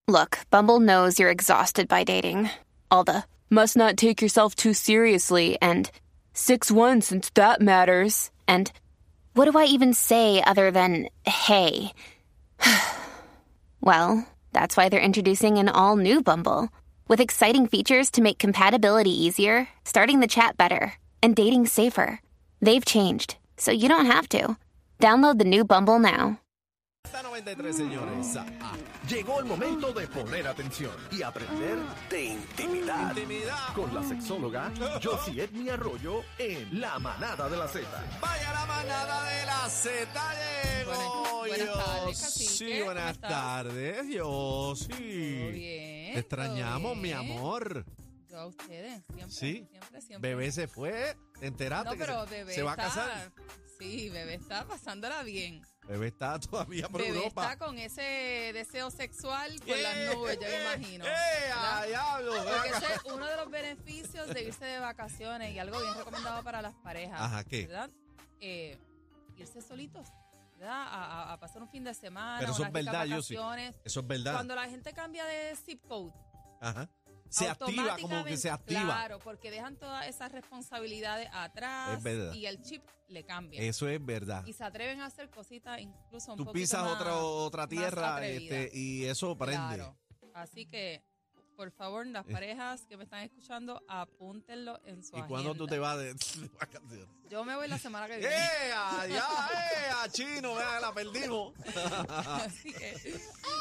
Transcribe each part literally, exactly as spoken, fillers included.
Look, Bumble knows you're exhausted by dating. All the must not take yourself too seriously and six one since that matters. And what do I even say other than hey? Well, that's why they're introducing an all-new Bumble with exciting features to make compatibility easier, starting the chat better, and dating safer. They've changed, so you don't have to. Download the new Bumble now. noventa y tres, señores. Ah, llegó el momento de poner atención y aprender de intimidad. Intimidad. Con la sexóloga Josie Edmi Arroyo en La Manada de la Z. Vaya la Manada de la Z, llegó. Buenas, buenas tardes, cacique. Sí, buenas tardes, yo sí. Todo bien. Te extrañamos, todo mi bien. amor. Yo a ustedes, siempre, Sí. siempre, siempre. Bebé se fue, ¿te enteraste? No, pero que se, bebé se va está, a casar? Sí, bebé está pasándola bien. Bebé está todavía por Bebé Europa. está con ese deseo sexual por ¡Eh, las nubes, yo eh, me imagino. ¡Eh, ¿verdad? a diablo! Porque ese es uno de los beneficios de irse de vacaciones y algo bien recomendado para las parejas. Ajá, ¿qué? ¿Verdad? Eh, irse solitos, ¿verdad? A, a- a pasar un fin de semana. Pero eso unas es verdad, ricas yo sí. vacaciones. Eso es verdad. Cuando la gente cambia de zip code, Ajá. Se activa, como que se activa. Claro, porque dejan todas esas responsabilidades atrás Es verdad. y el chip le cambia. Eso es verdad. Y se atreven a hacer cositas incluso un Tú poquito pisas más, otra, otra más tierra atrevidas. este, y eso prende. Claro. Así que, por favor, las Eh. parejas que me están escuchando, apúntenlo en su ¿Y agenda. cuándo tú te vas de, de vacaciones? Yo me voy la semana que viene. ¡Eh, a- ya, eh, a chino! Vea, la perdimos. Así que,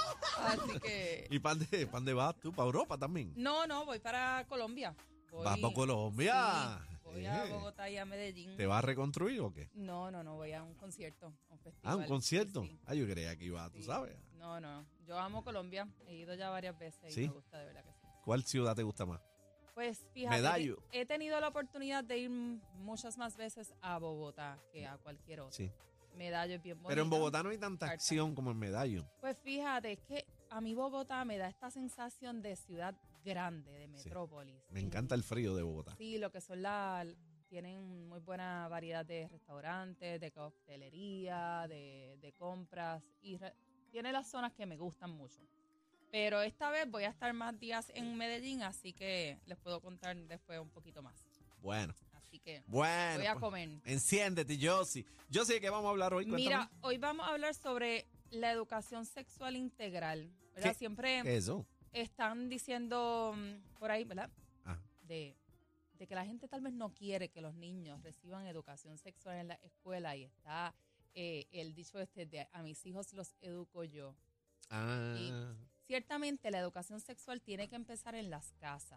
así que... ¿Y para dónde, pa' dónde vas tú? ¿Para Europa también? No, no, voy para Colombia. Voy, ¿Vas para Colombia? Sí, voy a Eh. Bogotá y a Medellín. ¿Te vas a reconstruir o qué? No, no, no, voy a un concierto, a un festival. Ah, un concierto. Sí, sí. Ah, yo creía que iba, tú Sí. sabes. No, no, yo amo Colombia, he ido ya varias veces y ¿Sí? me gusta de verdad que sí. ¿Cuál ciudad te gusta más? Pues fíjate, Medallo. que he tenido la oportunidad de ir muchas más veces a Bogotá que a cualquier otra. Sí. Medallo es bien bonito. Pero en Bogotá no hay tanta Cartagena. acción como en Medallo. Pues fíjate, es que a mí Bogotá me da esta sensación de ciudad grande, de metrópolis. Me encanta el frío de Bogotá. Sí, lo que son las... Tienen muy buena variedad de restaurantes, de coctelería, de, de compras. Y re- tiene las zonas que me gustan mucho. Pero esta vez voy a estar más días en Medellín, así que les puedo contar después un poquito más. Bueno, Así que bueno. voy a pues, comer. enciéndete, Josie. Josie, ¿de qué vamos a hablar hoy? Cuéntame. Mira, hoy vamos a hablar sobre la educación sexual integral. ¿Verdad? ¿Qué? Siempre ¿Qué es eso? están diciendo mm, por ahí, ¿verdad? Ah, De, de que la gente tal vez no quiere que los niños reciban educación sexual en la escuela y está eh, el dicho este de a mis hijos los educo yo. ah. Ciertamente la educación sexual tiene que empezar en las casas,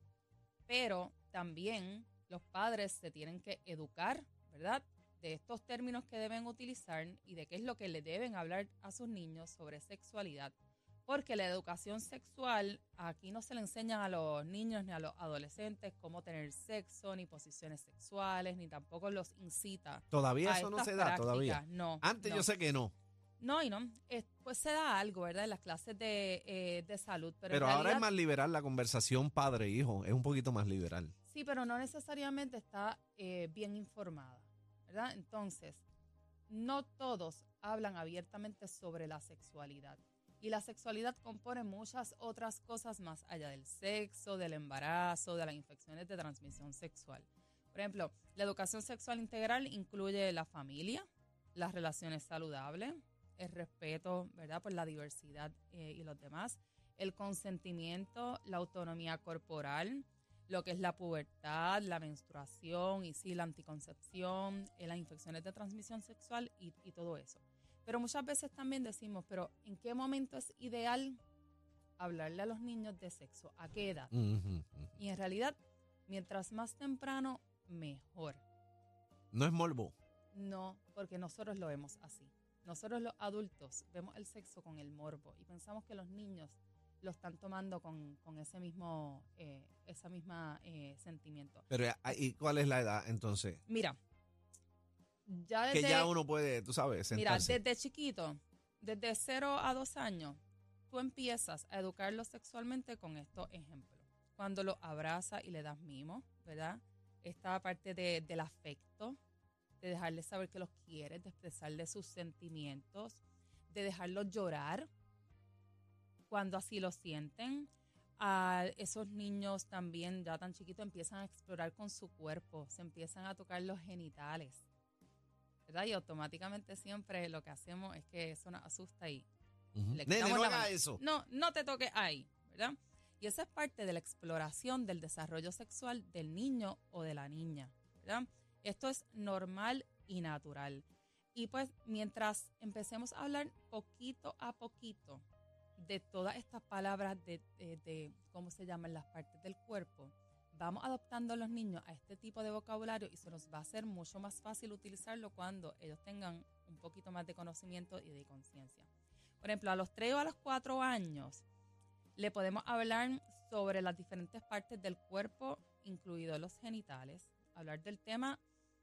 pero también los padres se tienen que educar, ¿verdad? De estos términos que deben utilizar y de qué es lo que le deben hablar a sus niños sobre sexualidad. Porque la educación sexual, aquí no se le enseñan a los niños ni a los adolescentes cómo tener sexo, ni posiciones sexuales, ni tampoco los incita. Todavía a eso no estas se da, prácticas. todavía. No. Antes no. yo sé que no. No, y no. Es- pues se da algo, ¿verdad? En las clases de, eh, de salud. Pero, Pero en ahora es realidad, más liberal la conversación padre-hijo. Es un poquito más liberal. sí, pero no necesariamente está eh, bien informada, ¿verdad? Entonces, no todos hablan abiertamente sobre la sexualidad. Y la sexualidad compone muchas otras cosas más allá del sexo, del embarazo, de las infecciones de transmisión sexual. Por ejemplo, la educación sexual integral incluye la familia, las relaciones saludables, el respeto, ¿verdad?, por la diversidad eh, y los demás, el consentimiento, la autonomía corporal, lo que es la pubertad, la menstruación y sí, la anticoncepción, eh, las infecciones de transmisión sexual y, y todo eso. Pero muchas veces también decimos, pero ¿en qué momento es ideal hablarle a los niños de sexo? ¿A qué edad? Ujú, ujú. Y en realidad, mientras más temprano, mejor. No es morbo. No, porque nosotros lo vemos así. Nosotros los adultos vemos el sexo con el morbo y pensamos que los niños lo están tomando con, con ese mismo eh, esa misma eh, sentimiento. Pero, ah, ¿y cuál es la edad entonces? Mira, ya Que desde, ya uno puede, tú sabes, mira, sentarse. desde chiquito, desde cero a dos años, tú empiezas a educarlo sexualmente con estos ejemplos. Cuando lo abrazas y le das mimo, ¿verdad? Esta parte de, del afecto, de dejarle saber que los quieres, de expresarle sus sentimientos, de dejarlos llorar, cuando así lo sienten, a esos niños también ya tan chiquitos empiezan a explorar con su cuerpo, se empiezan a tocar los genitales, ¿verdad? Y automáticamente siempre lo que hacemos es que eso nos asusta y Uh-huh. le Nene, quitamos no la haga mano. eso. No, no te toques ahí, ¿verdad? Y esa es parte de la exploración del desarrollo sexual del niño o de la niña, ¿verdad? Esto es normal y natural. Y pues mientras empecemos a hablar poquito a poquito de todas estas palabras de, de, de cómo se llaman las partes del cuerpo, vamos adoptando a los niños a este tipo de vocabulario y se nos va a hacer mucho más fácil utilizarlo cuando ellos tengan un poquito más de conocimiento y de conciencia. Por ejemplo, a los tres o a los cuatro años le podemos hablar sobre las diferentes partes del cuerpo, incluidos los genitales, hablar del tema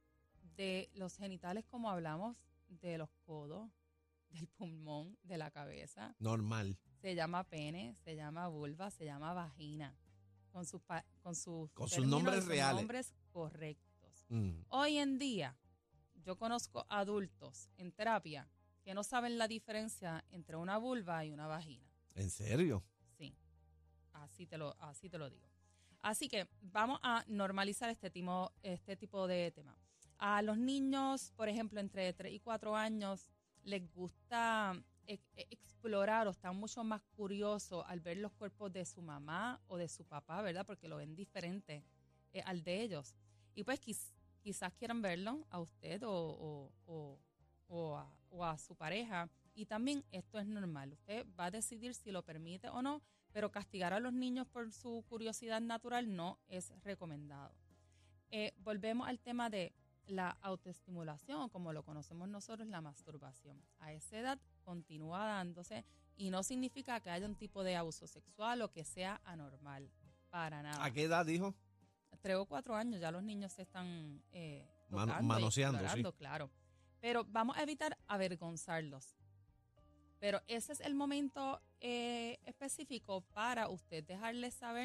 de los genitales como hablamos de los codos, del pulmón, de la cabeza. Normal. Se llama pene, se llama vulva, se llama vagina, con sus, pa- con sus, Con sus términos nombres y sus reales. nombres correctos. Mm. Hoy en día, yo conozco adultos en terapia que no saben la diferencia entre una vulva y una vagina. ¿En serio? Sí, así te lo, así te lo digo. Así que vamos a normalizar este tipo, este tipo de tema. A los niños, por ejemplo, entre tres y cuatro años, les gusta e- e- explorar o están mucho más curiosos al ver los cuerpos de su mamá o de su papá, ¿verdad? Porque lo ven diferente eh, al de ellos. Y pues quiz- quizás quieran verlo a usted o, o, o, o, a, o a su pareja. Y también esto es normal. Usted va a decidir si lo permite o no, pero castigar a los niños por su curiosidad natural no es recomendado. Eh, volvemos al tema de la autoestimulación, o como lo conocemos nosotros, la masturbación. A esa edad continúa dándose y no significa que haya un tipo de abuso sexual o que sea anormal, para nada. ¿A qué edad dijo? Tres o cuatro años ya los niños se están eh, Mano- tocando y manoseando, explorando, sí. claro. Pero vamos a evitar avergonzarlos. Pero ese es el momento eh, específico para usted dejarles saber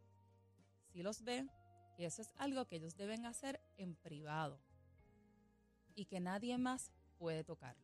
si los ve, que eso es algo que ellos deben hacer en privado y que nadie más puede tocarlo.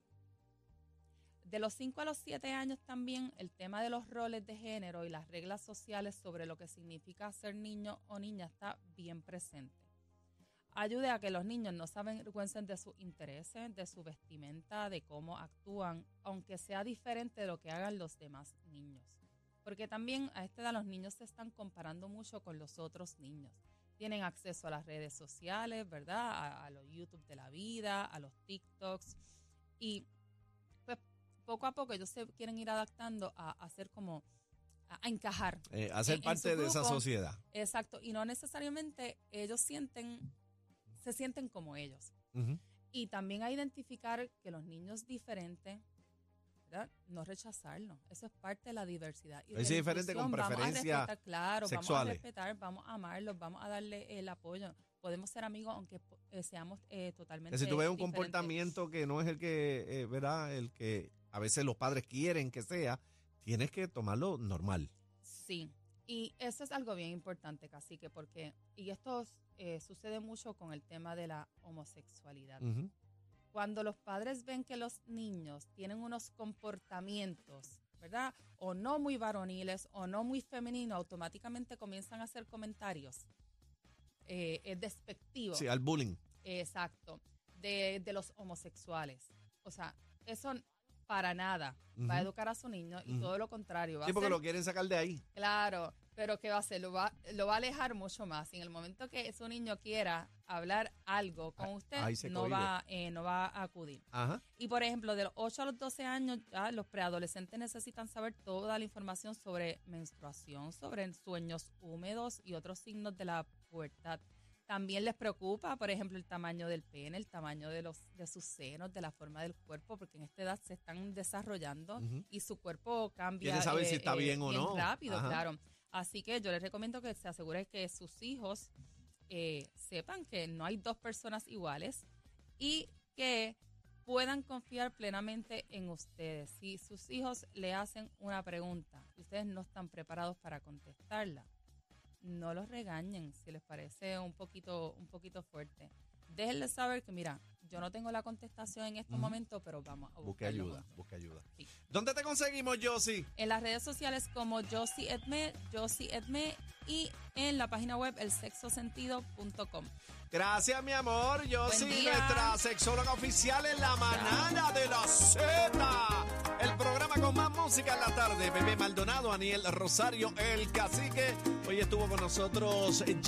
De los cinco a los siete años también el tema de los roles de género y las reglas sociales sobre lo que significa ser niño o niña está bien presente. Ayude a que los niños no se avergüencen de sus intereses, de su vestimenta, de cómo actúan, aunque sea diferente de lo que hagan los demás niños. Porque también a esta edad los niños se están comparando mucho con los otros niños. Tienen acceso a las redes sociales, ¿verdad? A, a los YouTube de la vida, a los TikToks. Y pues poco a poco ellos se quieren ir adaptando a, a ser como, a, a encajar. Eh, hacer en- en parte su de esa grupo. sociedad. Exacto. Y no necesariamente ellos sienten, se sienten como ellos. Ujú. Y también a identificar que los niños diferentes, ¿verdad? No rechazarlos. Eso es parte de la diversidad. Y de Es la diferente con inclusión. Vamos a preferencias respetar, claro, sexuales. vamos a respetar, vamos a amarlos, vamos a darle el apoyo. Podemos ser amigos aunque eh, seamos eh, totalmente Que si tú ves un diferentes. comportamiento que no es el que, eh, ¿verdad? El que a veces los padres quieren que sea, tienes que tomarlo normal. Sí, y eso es algo bien importante, cacique, porque, y esto eh, sucede mucho con el tema de la homosexualidad. Ujú. Cuando los padres ven que los niños tienen unos comportamientos, ¿verdad? O no muy varoniles o no muy femeninos, automáticamente comienzan a hacer comentarios eh, eh, despectivos. Sí, al bullying. Exacto, de, de los homosexuales. O sea, eso para nada va a Ujú. educar a su niño y Ujú. todo lo contrario. Va Sí, a porque ser, lo quieren sacar de ahí. claro, pero ¿qué va a hacer? Lo va, lo va a alejar mucho más. Y en el momento que su niño quiera hablar algo con usted, ahí se no cohíbe. va, eh, no va a acudir. Ajá. Y por ejemplo, de los ocho a los doce años, ya los preadolescentes necesitan saber toda la información sobre menstruación, sobre sueños húmedos y otros signos de la pubertad. También les preocupa, por ejemplo, el tamaño del pene, el tamaño de los de sus senos, de la forma del cuerpo, porque en esta edad se están desarrollando Ujú. y su cuerpo cambia. Quieren saber si está bien o no. Rápido, Ajá. claro. Así que yo les recomiendo que se asegure que sus hijos eh, sepan que no hay dos personas iguales y que puedan confiar plenamente en ustedes. Si sus hijos le hacen una pregunta y ustedes no están preparados para contestarla, no los regañen si les parece un poquito, un poquito fuerte. déjenle saber que, mira, yo no tengo la contestación en estos Ujú. momentos, pero vamos a Busque buscarlo ayuda, juntos. busque ayuda. Sí. ¿Dónde te conseguimos, Josie? En las redes sociales como Josie Edme, Josie Edme y en la página web el sexo sentido punto com. Gracias, mi amor. Josie, Buen día. nuestra sexóloga oficial en la manada de la Z. El programa con más música en la tarde. Bebé Maldonado, Aniel Rosario, el cacique. Hoy estuvo con nosotros